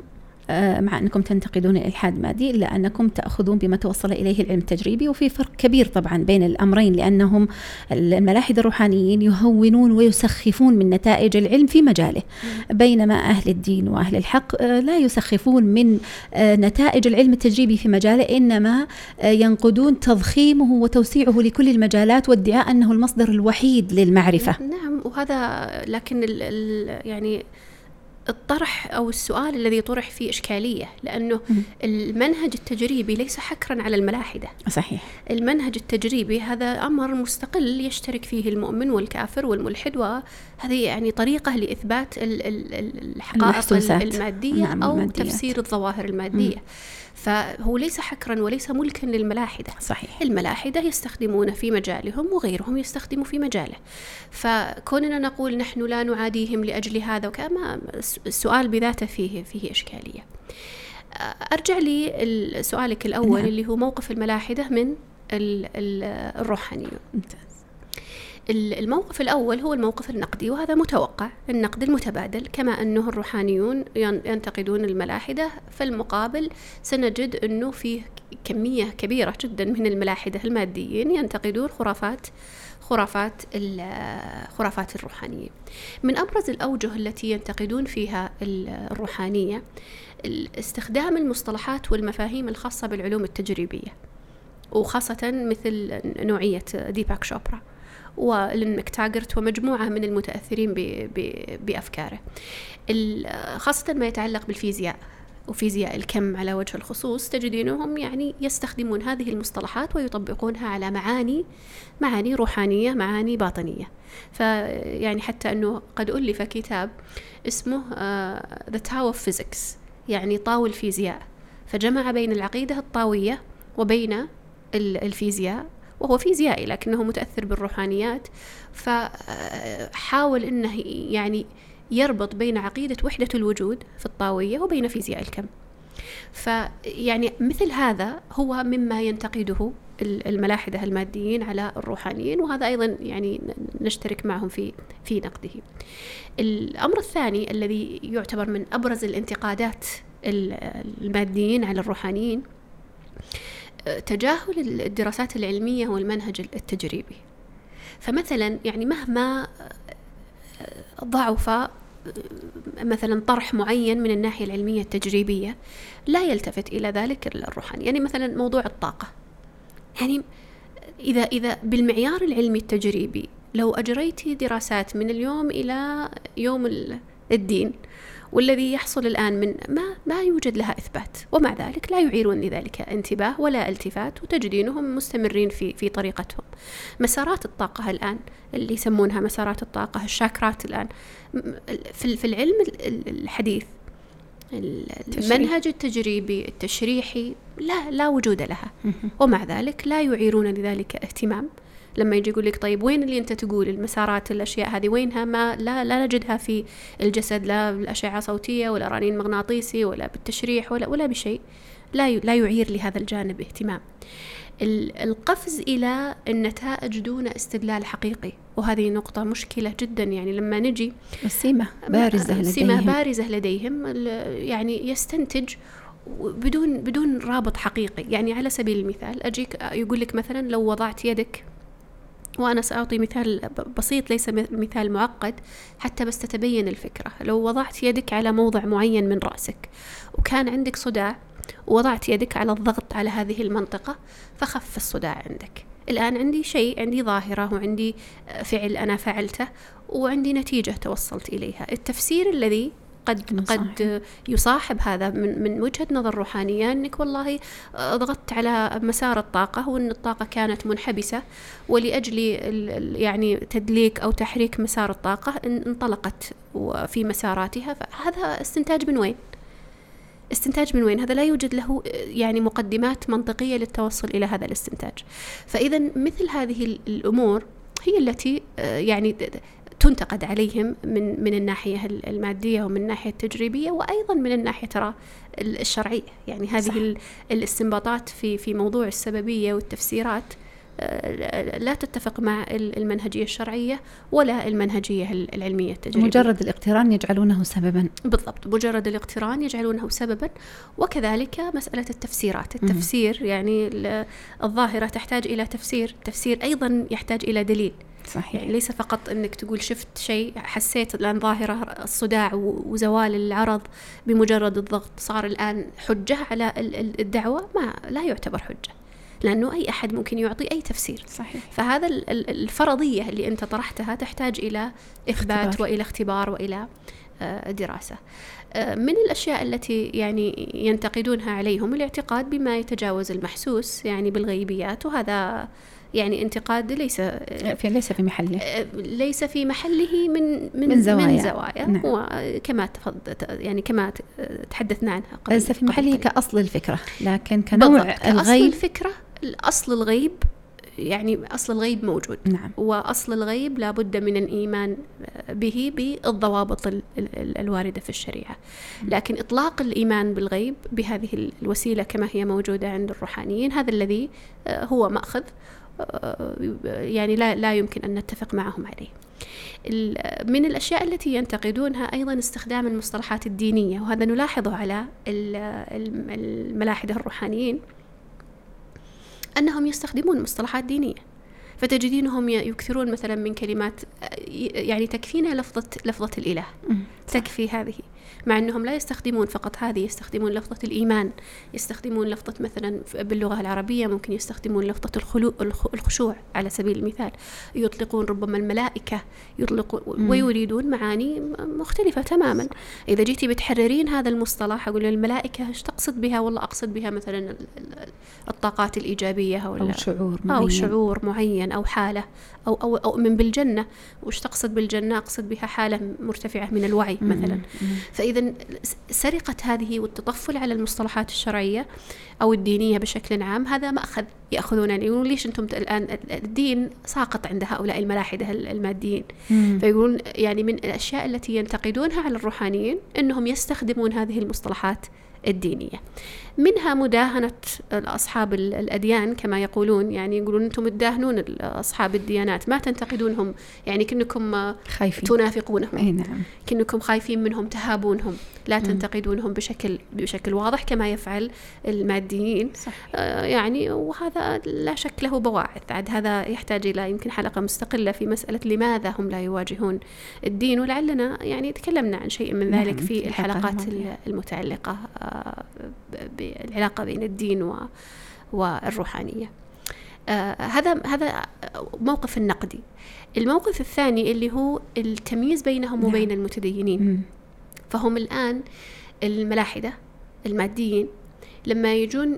مع أنكم تنتقدون الإلحاد مادي إلا أنكم تأخذون بما توصل إليه العلم التجريبي. وفي فرق كبير طبعا بين الأمرين، لأنهم الملاحدة الروحانيين يهونون ويسخفون من نتائج العلم في مجاله، بينما أهل الدين وأهل الحق لا يسخفون من نتائج العلم التجريبي في مجاله، إنما ينقدون تضخيمه وتوسيعه لكل المجالات وادعاء أنه المصدر الوحيد للمعرفة. نعم، وهذا لكن ال ال يعني الطرح أو السؤال الذي طرح فيه إشكالية، لأنه م. المنهج التجريبي ليس حكرا على الملاحدة. صحيح. المنهج التجريبي هذا أمر مستقل يشترك فيه المؤمن والكافر والملحد، وهذه يعني طريقة لإثبات الحقائق المادية نعم أو الماديات. تفسير الظواهر المادية. م. فهو ليس حكرا وليس ملكا للملاحدة. صحيح. الملاحدة يستخدمونه في مجالهم وغيرهم يستخدموا في مجاله، فكوننا نقول نحن لا نعاديهم لأجل هذا وكما السؤال بذاته فيه فيه إشكالية. أرجع لي سؤالك الأول نعم. اللي هو موقف الملاحدة من الروحانيون. الموقف الأول هو الموقف النقدي، وهذا متوقع، النقد المتبادل، كما أنه الروحانيون ينتقدون الملاحدة، فالمقابل سنجد أنه فيه كمية كبيرة جدا من الملاحدة الماديين ينتقدون خرافات خرافات خرافات الروحانية. من أبرز الأوجه التي ينتقدون فيها الروحانية استخدام المصطلحات والمفاهيم الخاصة بالعلوم التجريبية، وخاصة مثل نوعية ديباك شوبرا ولين ماكتاغرت ومجموعة من المتأثرين بأفكاره، خاصة ما يتعلق بالفيزياء وفيزياء الكم على وجه الخصوص. تجدينهم يعني يستخدمون هذه المصطلحات ويطبقونها على معاني معاني روحانية، معاني باطنية. فيعني حتى أنه قد ألف كتاب اسمه uh, The Tao of Physics، يعني طاو الفيزياء، فجمع بين العقيدة الطاوية وبين الفيزياء، وهو فيزيائي لكنه متأثر بالروحانيات، فحاول أنه يعني يربط بين عقيدة وحدة الوجود في الطاوية وبين فيزياء الكم. فيعني مثل هذا هو مما ينتقده الملاحدة الماديين على الروحانيين، وهذا أيضا يعني نشترك معهم في في نقده. الأمر الثاني الذي يعتبر من أبرز الانتقادات الماديين على الروحانيين تجاهل الدراسات العلمية والمنهج التجريبي. فمثلا يعني مهما ضعف مثلا طرح معين من الناحية العلمية التجريبية لا يلتفت إلى ذلك الروحاني. يعني مثلا موضوع الطاقة، يعني إذا إذا بالمعيار العلمي التجريبي لو أجريتي دراسات من اليوم إلى يوم الدين، والذي يحصل الآن من ما ما يوجد لها إثبات، ومع ذلك لا يعيرون لذلك انتباه ولا التفات، وتجدينهم مستمرين في في طريقتهم. مسارات الطاقة الآن اللي يسمونها مسارات الطاقة، الشاكرات الآن في في العلم الحديث المنهج التجريبي التشريحي لا لا وجود لها، ومع ذلك لا يعيرون لذلك اهتمام. لما يجي يقول لك طيب وين اللي أنت تقول المسارات الأشياء هذه وينها؟ ما لا لا نجدها في الجسد، لا بالأشعة صوتية ولا رنين مغناطيسي ولا بالتشريح ولا ولا بشيء، لا لا يعير لهذا الجانب اهتمام. القفز إلى النتائج دون استدلال حقيقي، وهذه نقطة مشكلة جدا. يعني لما نجي السمة بارزة لديهم سمة بارزة لديهم يعني يستنتج بدون بدون رابط حقيقي. يعني على سبيل المثال أجيك يقول لك مثلا لو وضعت يدك، وأنا سأعطي مثال بسيط ليس مثال معقد حتى بس تتبين الفكرة. لو وضعت يدك على موضع معين من رأسك وكان عندك صداع، ووضعت يدك على الضغط على هذه المنطقة فخف الصداع عندك. الآن عندي شيء، عندي ظاهرة وعندي فعل أنا فعلته وعندي نتيجة توصلت إليها. التفسير الذي قد قد يصاحب هذا من من وجهة نظر روحانية أنك والله ضغطت على مسار الطاقة وأن الطاقة كانت منحبسة، ولأجل يعني تدليك أو تحريك مسار الطاقة انطلقت في مساراتها. فهذا استنتاج من وين؟ استنتاج من وين؟ هذا لا يوجد له يعني مقدمات منطقية للتوصل إلى هذا الاستنتاج. فإذا مثل هذه الأمور هي التي يعني تنتقد عليهم من من الناحية المادية ومن الناحية التجريبية، وأيضا من الناحية ترى الشرعية. يعني هذه صح. الاستنباطات في في موضوع السببية والتفسيرات لا تتفق مع المنهجية الشرعية ولا المنهجية العلمية التجريبية. مجرد الاقتران يجعلونه سببا. بالضبط، مجرد الاقتران يجعلونه سببا. وكذلك مسألة التفسيرات، التفسير يعني الظاهرة تحتاج إلى تفسير، التفسير أيضا يحتاج إلى دليل. صحيح. يعني ليس فقط أنك تقول شفت شيء، حسيت الآن ظاهرة الصداع وزوال العرض بمجرد الضغط صار الآن حجة على الدعوة، ما لا يعتبر حجة، لأنه أي أحد ممكن يعطي أي تفسير. صحيح. فهذا الفرضية اللي أنت طرحتها تحتاج إلى إثبات اختبار. وإلى اختبار وإلى دراسة. من الأشياء التي يعني ينتقدونها عليهم الاعتقاد بما يتجاوز المحسوس، يعني بالغيبيات، وهذا يعني انتقاد ليس في ليس في محله ليس في محله من من, من زوايا, من زوايا. نعم. وكما تفضلت يعني كما تحدثنا عنها قبل، ليس في محله كأصل الفكرة، لكن كنوع الغيب. أصل الفكرة، أصل الغيب يعني أصل الغيب موجود. نعم. وأصل الغيب لابد من الإيمان به بالضوابط الواردة في الشريعة. لكن إطلاق الإيمان بالغيب بهذه الوسيلة كما هي موجودة عند الروحانيين، هذا الذي هو مأخذ يعني لا لا يمكن أن نتفق معهم عليه. من الأشياء التي ينتقدونها أيضا استخدام المصطلحات الدينية، وهذا نلاحظه على الملاحدة الروحانيين أنهم يستخدمون مصطلحات دينية، فتجدينهم يكثرون مثلا من كلمات يعني تكفينا لفظة لفظة الإله، تكفي هذه، مع أنهم لا يستخدمون فقط هذه، يستخدمون لفظة الإيمان، يستخدمون لفظة مثلا باللغة العربية ممكن يستخدمون لفظة الخشوع على سبيل المثال، يطلقون ربما الملائكة، يطلقون ويريدون معاني مختلفة تماما. إذا جيتي بتحررين هذا المصطلح أقول الملائكة إيش تقصد بها؟ والله أقصد بها مثلا الطاقات الإيجابية أو, أو شعور معين أو شعور معين أو حالة أو أو أو من بالجنة، وش تقصد بالجنة؟ أقصد بها حالة مرتفعة من الوعي مثلا. فإذا سرقة هذه والتطفل على المصطلحات الشرعية أو الدينية بشكل عام هذا مأخذ يأخذون، يقولون ليش أنتم الآن الدين ساقط عند هؤلاء الملاحدة الماديين. فيقولون يعني من الأشياء التي ينتقدونها على الروحانيين أنهم يستخدمون هذه المصطلحات الدينية، منها مداهنة أصحاب الأديان كما يقولون، يعني يقولون أنتم تداهنون أصحاب الديانات، ما تنتقدونهم يعني كأنكم خايفين تنافقونهم. أي نعم. كأنكم خايفين منهم، تهابونهم، لا تنتقدونهم بشكل بشكل واضح كما يفعل الماديين. آه يعني وهذا لا شك له بواعث، عاد هذا يحتاج إلى يمكن حلقة مستقلة في مسألة لماذا هم لا يواجهون الدين، ولعلنا يعني تكلمنا عن شيء من ذلك نعم. في الحلقات المتعلقة بالعلاقة بين الدين والروحانية. آه هذا هذا موقف النقدي. الموقف الثاني اللي هو التمييز بينهم نعم. وبين المتدينين. م. فهم الآن الملاحدة الماديين لما يجون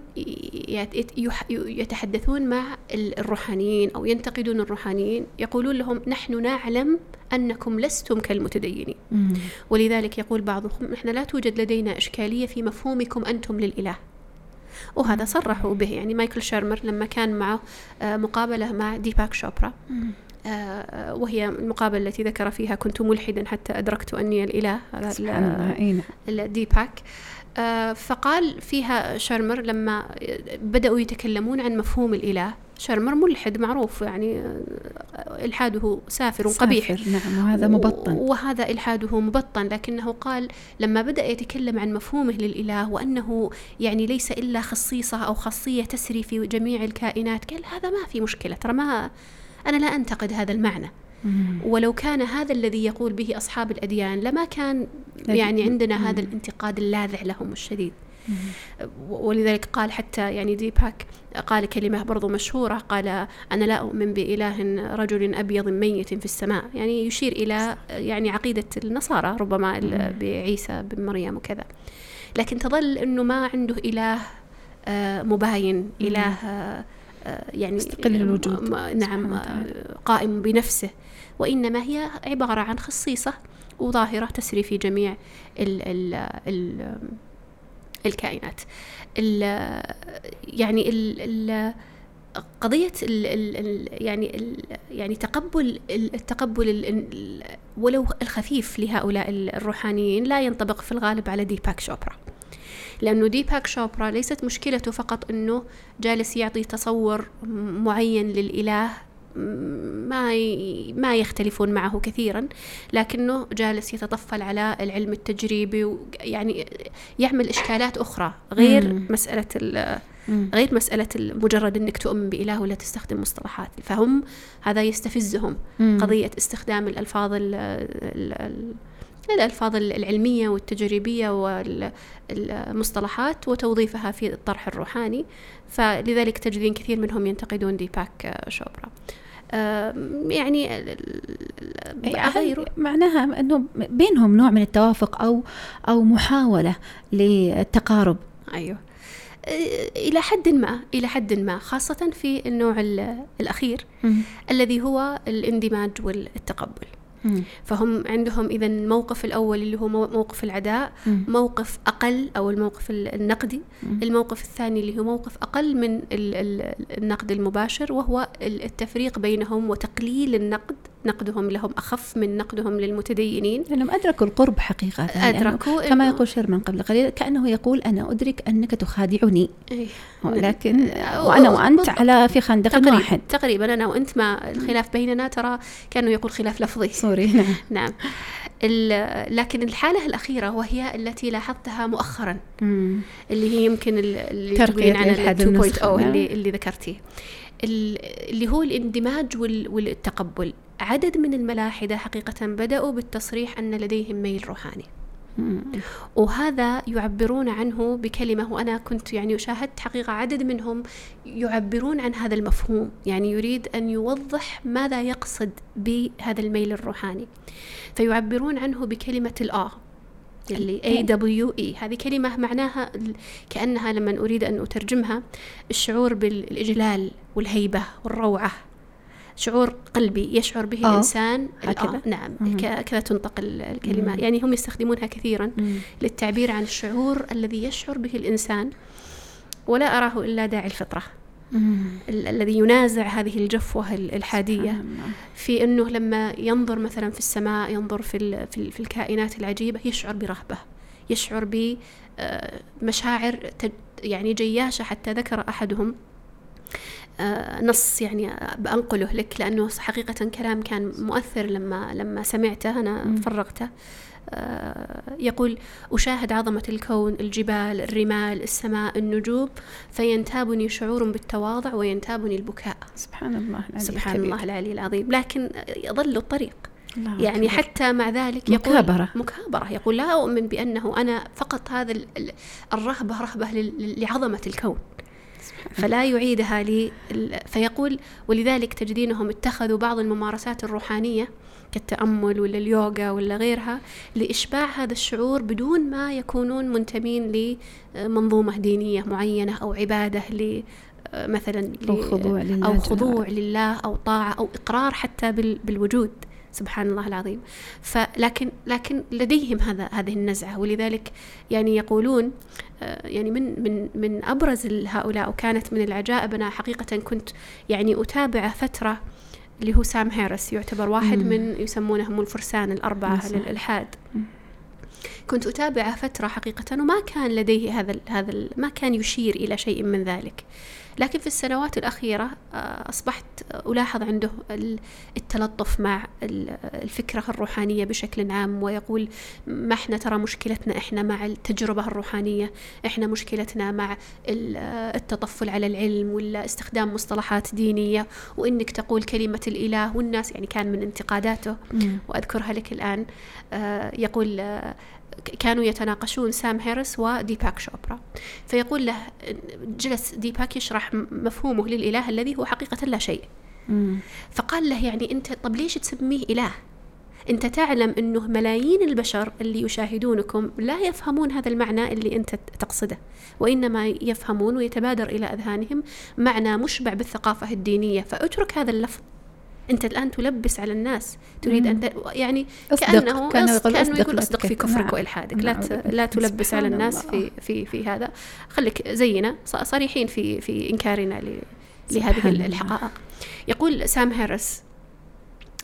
يتحدثون مع الروحانيين أو ينتقدون الروحانيين يقولون لهم نحن نعلم أنكم لستم كالمتدينين. م. ولذلك يقول بعضهم نحن لا توجد لدينا إشكالية في مفهومكم أنتم للإله، وهذا صرحوا به. يعني مايكل شيرمر لما كان معه مقابلة مع ديباك شوبرا، آه وهي المقابلة التي ذكر فيها كنت ملحدا حتى أدركت أني الإله، ديباك. آه فقال فيها شيرمر لما بدأوا يتكلمون عن مفهوم الإله، شيرمر ملحد معروف يعني إلحاده سافر قبيح، نعم، وهذا مبطن، وهذا إلحاده مبطن، لكنه قال لما بدأ يتكلم عن مفهومه للإله وأنه يعني ليس إلا خصيصة أو خاصية تسري في جميع الكائنات، قال هذا ما في مشكلة، ترى ما أنا لا أنتقد هذا المعنى. مم. ولو كان هذا الذي يقول به أصحاب الأديان لما كان يعني عندنا مم. هذا الانتقاد اللاذع لهم الشديد. مم. ولذلك قال حتى يعني ديباك قال كلمة برضو مشهورة، قال أنا لا أؤمن بإله رجل أبيض ميت في السماء، يعني يشير إلى يعني عقيدة النصارى ربما بعيسى بن مريم وكذا. لكن تظل أنه ما عنده إله مباين، إله يعني مستقل الوجود، نعم، قائم بنفسه، وإنما هي عبارة عن خصيصة وظاهرة تسري في جميع ال ال ال الكائنات. ال يعني ال ال قضية ال ال يعني ال يعني تقبل التقبل ال ولو الخفيف لهؤلاء الروحانيين لا ينطبق في الغالب على ديباك شوبرا. لأنه ديباك شوبرا ليست مشكلته فقط أنه جالس يعطي تصور معين للإله ما ما يختلفون معه كثيرا، لكنه جالس يتطفل على العلم التجريبي، ويعني يعمل إشكالات أخرى غير مم. مسألة غير مسألة مجرد أنك تؤمن بإله ولا تستخدم مصطلحات. فهم هذا يستفزهم مم. قضية استخدام الألفاظ ال ال الألفاظ العلمية والتجريبية والمصطلحات وتوظيفها في الطرح الروحاني. فلذلك تجدين كثير منهم ينتقدون ديباك شوبرا. يعني غيره معناها أنه بينهم نوع من التوافق أو أو محاولة للتقارب. أيوه إلى حد ما إلى حد ما خاصة في النوع الأخير م. الذي هو الاندماج والتقبل. م. فهم عندهم إذا الموقف الأول اللي هو موقف العداء م. موقف أقل، أو الموقف النقدي. م. الموقف الثاني اللي هو موقف أقل من النقد المباشر، وهو التفريق بينهم وتقليل النقد. نقدهم لهم أخف من نقدهم للمتدينين، لأنهم أدركوا القرب حقيقة. أدركوا كما يقول شيرمان قبل قليل، كأنه يقول أنا أدرك أنك تخادعني، إيه؟ لكن وأنا وأنت على في خندق تقريبا واحد تقريبا أنا وأنت ما الخلاف بيننا ترى كأنه يقول خلاف لفظي. سوري. نعم. نعم. لكن الحالة الأخيرة وهي التي لاحظتها مؤخرا مم. اللي هي يمكن اللي تقولين عنها تو بوينت أو اللي اللي ذكرتيه، اللي هو الاندماج والتقبل. عدد من الملاحدة حقيقة بدأوا بالتصريح أن لديهم ميل روحاني، وهذا يعبرون عنه بكلمة، وأنا كنت يعني شاهدت حقيقة عدد منهم يعبرون عن هذا المفهوم، يعني يريد أن يوضح ماذا يقصد بهذا الميل الروحاني، فيعبرون عنه بكلمة الآ اللي إيه دبليو إي. هذه كلمة معناها كأنها لما أريد أن أترجمها الشعور بالإجلال والهيبة والروعة، شعور قلبي يشعر به آه. الإنسان. هكذا. نعم كذا تنطق الكلمة. مم. يعني هم يستخدمونها كثيرا مم. للتعبير عن الشعور الذي يشعر به الإنسان، ولا أراه إلا داعي الفطرة ال- الذي ينازع هذه الجفوة الحادية في أنه لما ينظر مثلا في السماء، ينظر في, ال- في, ال- في الكائنات العجيبة، يشعر برهبة، يشعر بمشاعر يعني جياشة. حتى ذكر أحدهم آه نص يعني بأنقله لك لأنه حقيقة كلام كان مؤثر لما لما سمعته أنا م. فرغته. آه يقول: أشاهد عظمة الكون، الجبال، الرمال، السماء، النجوم، فينتابني شعور بالتواضع وينتابني البكاء. سبحان الله العلي سبحان الله العلي العظيم. لكن يظل الطريق يعني كبير. حتى مع ذلك يقول مكابرة. مكابرة يقول: لا أؤمن بأنه أنا فقط هذا الرهبة رهبة لعظمة الكون، فلا يعيدها لي. فيقول: ولذلك تجدينهم اتخذوا بعض الممارسات الروحانية كالتأمل ولا اليوغا ولا غيرها لإشباع هذا الشعور بدون ما يكونون منتمين لمنظومة دينية معينة أو عبادة ل مثلا أو خضوع لله, أو خضوع لله أو طاعة أو إقرار حتى بالوجود. سبحان الله العظيم. فلكن لكن لديهم هذا هذه النزعة، ولذلك يعني يقولون يعني من من من أبرز هؤلاء، وكانت من العجائب. أنا حقيقة كنت يعني أتابع فترة اللي هو سام هاريس، يعتبر واحد مم. من يسمونهم الفرسان الأربعة للإلحاد. مم. كنت أتابع فترة حقيقة، وما كان لديه هذا هذا ما كان يشير إلى شيء من ذلك. لكن في السنوات الأخيرة أصبحت ألاحظ عنده التلطف مع الفكرة الروحانية بشكل عام، ويقول: ما إحنا ترى مشكلتنا إحنا مع التجربة الروحانية، إحنا مشكلتنا مع التطفل على العلم ولا استخدام مصطلحات دينية، وإنك تقول كلمة الإله والناس. يعني كان من انتقاداته وأذكرها لك الآن. يقول: كانوا يتناقشون سام هاريس وديباك شوبرا، فيقول له، جلس ديباك يشرح مفهومه للإله الذي هو حقيقة لا شيء. مم. فقال له: يعني أنت طب ليش تسميه إله؟ أنت تعلم أنه ملايين البشر اللي يشاهدونكم لا يفهمون هذا المعنى اللي أنت تقصده، وإنما يفهمون ويتبادر إلى أذهانهم معنى مشبع بالثقافة الدينية، فأترك هذا اللفظ. أنت الآن تلبس على الناس، تريد أن ت... يعني كأنه كأنه يقول كأنه يقول أصدق في كفرك نعم. وإلحادك. لا ت... لا تلبس على الناس في في في هذا. خليك زينا صريحين في في إنكارنا ل... لهذه الحقائق. يقول سام هاريس: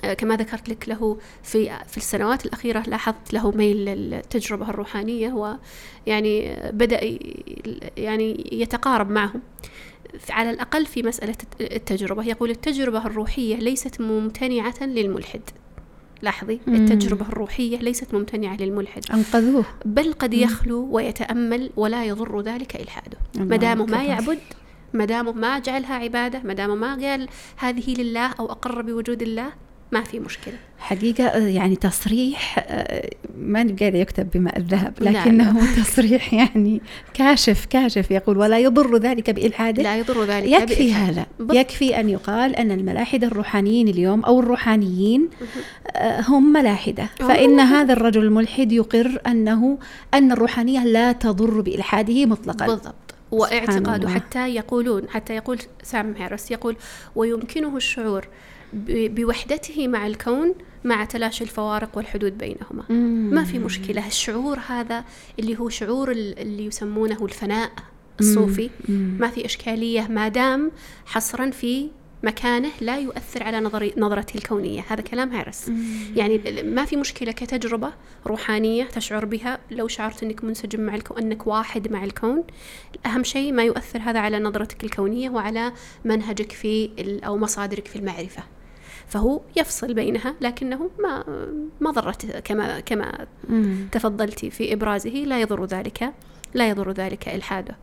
كما ذكرت لك له في في السنوات الأخيرة لاحظت له ميل للتجربة الروحانية، ويعني بدأ يعني يتقارب معهم على الأقل في مسألة التجربة. يقول التجربة الروحية ليست ممتنعة للملحد. لاحظي، التجربة الروحية ليست ممتنعة للملحد، أنقذوه، بل قد يخلو ويتأمل ولا يضر ذلك إلحاده، مدامه ما يعبد، مدامه ما جعلها عبادة، مدامه ما قال هذه لله أو أقر بوجود الله، ما في مشكلة. حقيقة يعني تصريح ما نبقى يكتب بماء الذهب، لكنه لا لا. تصريح يعني كاشف كاشف. يقول ولا يضر ذلك بإلحاده، لا يضر ذلك يكفي بإلحاده. هذا بط... يكفي أن يقال أن الملاحدة الروحانيين اليوم أو الروحانيين هم ملاحدة، فإن هذا الرجل الملحد يقر أنه أن الروحانية لا تضر بإلحاده مطلقا. بالضبط. واعتقاده حتى يقولون حتى يقول سام هاريس يقول ويمكنه الشعور بوحدته مع الكون مع تلاشي الفوارق والحدود بينهما. مم. ما في مشكلة. الشعور هذا اللي هو شعور اللي يسمونه الفناء الصوفي، مم. ما في إشكالية ما دام حصرا في مكانه لا يؤثر على نظري نظرته الكونية. هذا كلام هاريس. مم. يعني ما في مشكلة كتجربة روحانية تشعر بها، لو شعرت أنك منسجم مع الكون، أنك واحد مع الكون، أهم شيء ما يؤثر هذا على نظرتك الكونية وعلى منهجك في أو مصادرك في المعرفة. فهو يفصل بينها، لكنه ما ما ضرت كما كما مم. تفضلتي في إبرازه، لا يضر ذلك لا يضر ذلك إلحاده.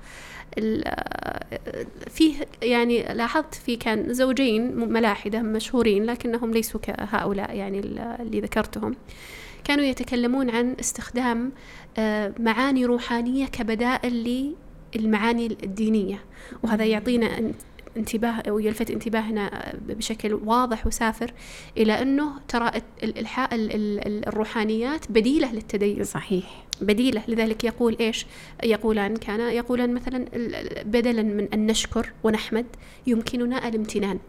فيه يعني لاحظت في كان زوجين ملاحدة مشهورين لكنهم ليسوا كهؤلاء يعني اللي ذكرتهم، كانوا يتكلمون عن استخدام معاني روحانية كبدائل للمعاني الدينية، وهذا يعطينا انتباه أو يلفت انتباهنا بشكل واضح وسافر إلى أنه ترى الإلحاء الروحانيات بديلة للتدين. صحيح، بديلة. لذلك يقول إيش يقولان كان يقولان مثلا بدلا من أن نشكر ونحمد يمكننا الامتنان.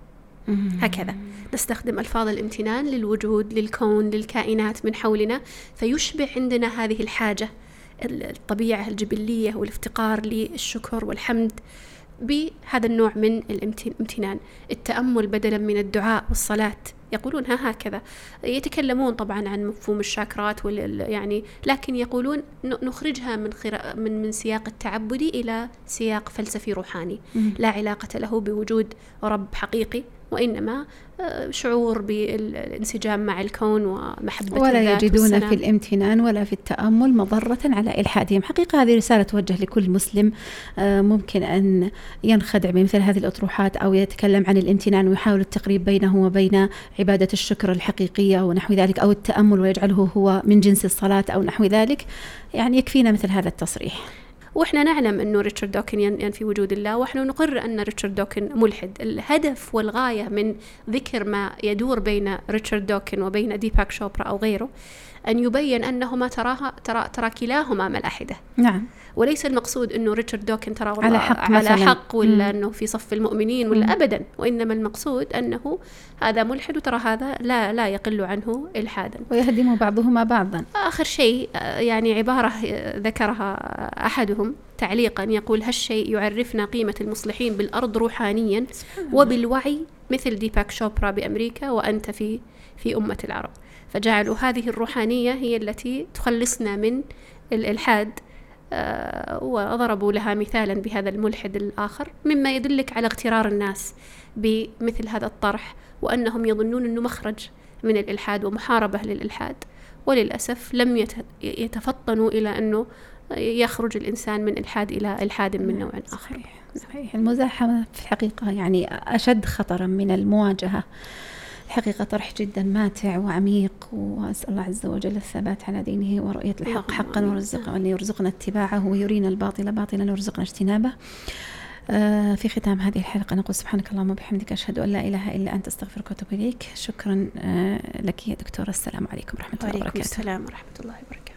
هكذا نستخدم ألفاظ الامتنان للوجود، للكون، للكائنات من حولنا، فيشبع عندنا هذه الحاجة الطبيعة الجبلية والافتقار للشكر والحمد بهذا النوع من الامتنان. التأمل بدلا من الدعاء والصلاة، يقولون ها هكذا. يتكلمون طبعا عن مفهوم الشاكرات يعني، لكن يقولون نخرجها من من من سياق التعبدي إلى سياق فلسفي روحاني لا علاقة له بوجود رب حقيقي، وإنما شعور بالانسجام مع الكون ومحبة ولا الذات يجدون والسلام. في الامتنان ولا في التأمل مضرة على إلحادهم. حقيقة هذه رسالة توجه لكل مسلم ممكن أن ينخدع بمثل هذه الأطروحات أو يتكلم عن الامتنان ويحاول التقريب بينه وبين عبادة الشكر الحقيقية ونحو ذلك، أو التأمل ويجعله هو من جنس الصلاة أو نحو ذلك. يعني يكفينا مثل هذا التصريح. وإحنا نعلم أنه ريتشارد دوكن ينفي وجود الله، وإحنا نقر أن ريتشارد دوكن ملحد. الهدف والغاية من ذكر ما يدور بين ريتشارد دوكن وبين ديباك شوبرا أو غيره أن يبين أنهما تراها ترى ترى كلاهما ملاحدة. نعم. وليس المقصود أنه ريتشارد دوكن ترى على حق على حق ولا أنه في صف المؤمنين ولا مم. أبدا، وإنما المقصود أنه هذا ملحد وترى هذا لا لا يقل عنه إلحادا، ويهدم بعضهما بعضا. آخر شيء يعني عبارة ذكرها أحدهم تعليقا يقول هالشيء يعرفنا قيمة المصلحين بالأرض روحانيا وبالوعي مثل ديباك شوبرا بأمريكا وأنت في في أمة العرب، فجعلوا هذه الروحانية هي التي تخلصنا من الإلحاد. آه وضربوا لها مثالا بهذا الملحد الآخر، مما يدلك على اغترار الناس بمثل هذا الطرح، وأنهم يظنون أنه مخرج من الإلحاد ومحاربة للإلحاد، وللأسف لم يتفطنوا إلى أنه يخرج الإنسان من إلحاد إلى إلحاد من نوع آخر. صحيح. صحيح. المزاحمة في الحقيقة يعني أشد خطرا من المواجهة. الحقيقة طرح جدا ماتع وعميق، وأسأل الله عز وجل الثبات على دينه ورؤية الحق حقا ورزق وأن يرزقنا اتباعه ويرينا الباطل باطلا ويرزقنا اجتنابه. آه في ختام هذه الحلقة نقول سبحانك اللهم وبحمدك أشهد أن لا إله إلا أنت أستغفرك وأتوب إليك. شكرا آه لك يا دكتورة. السلام عليكم ورحمة الله وبركاته. وعليكم السلام ورحمة الله وبركاته.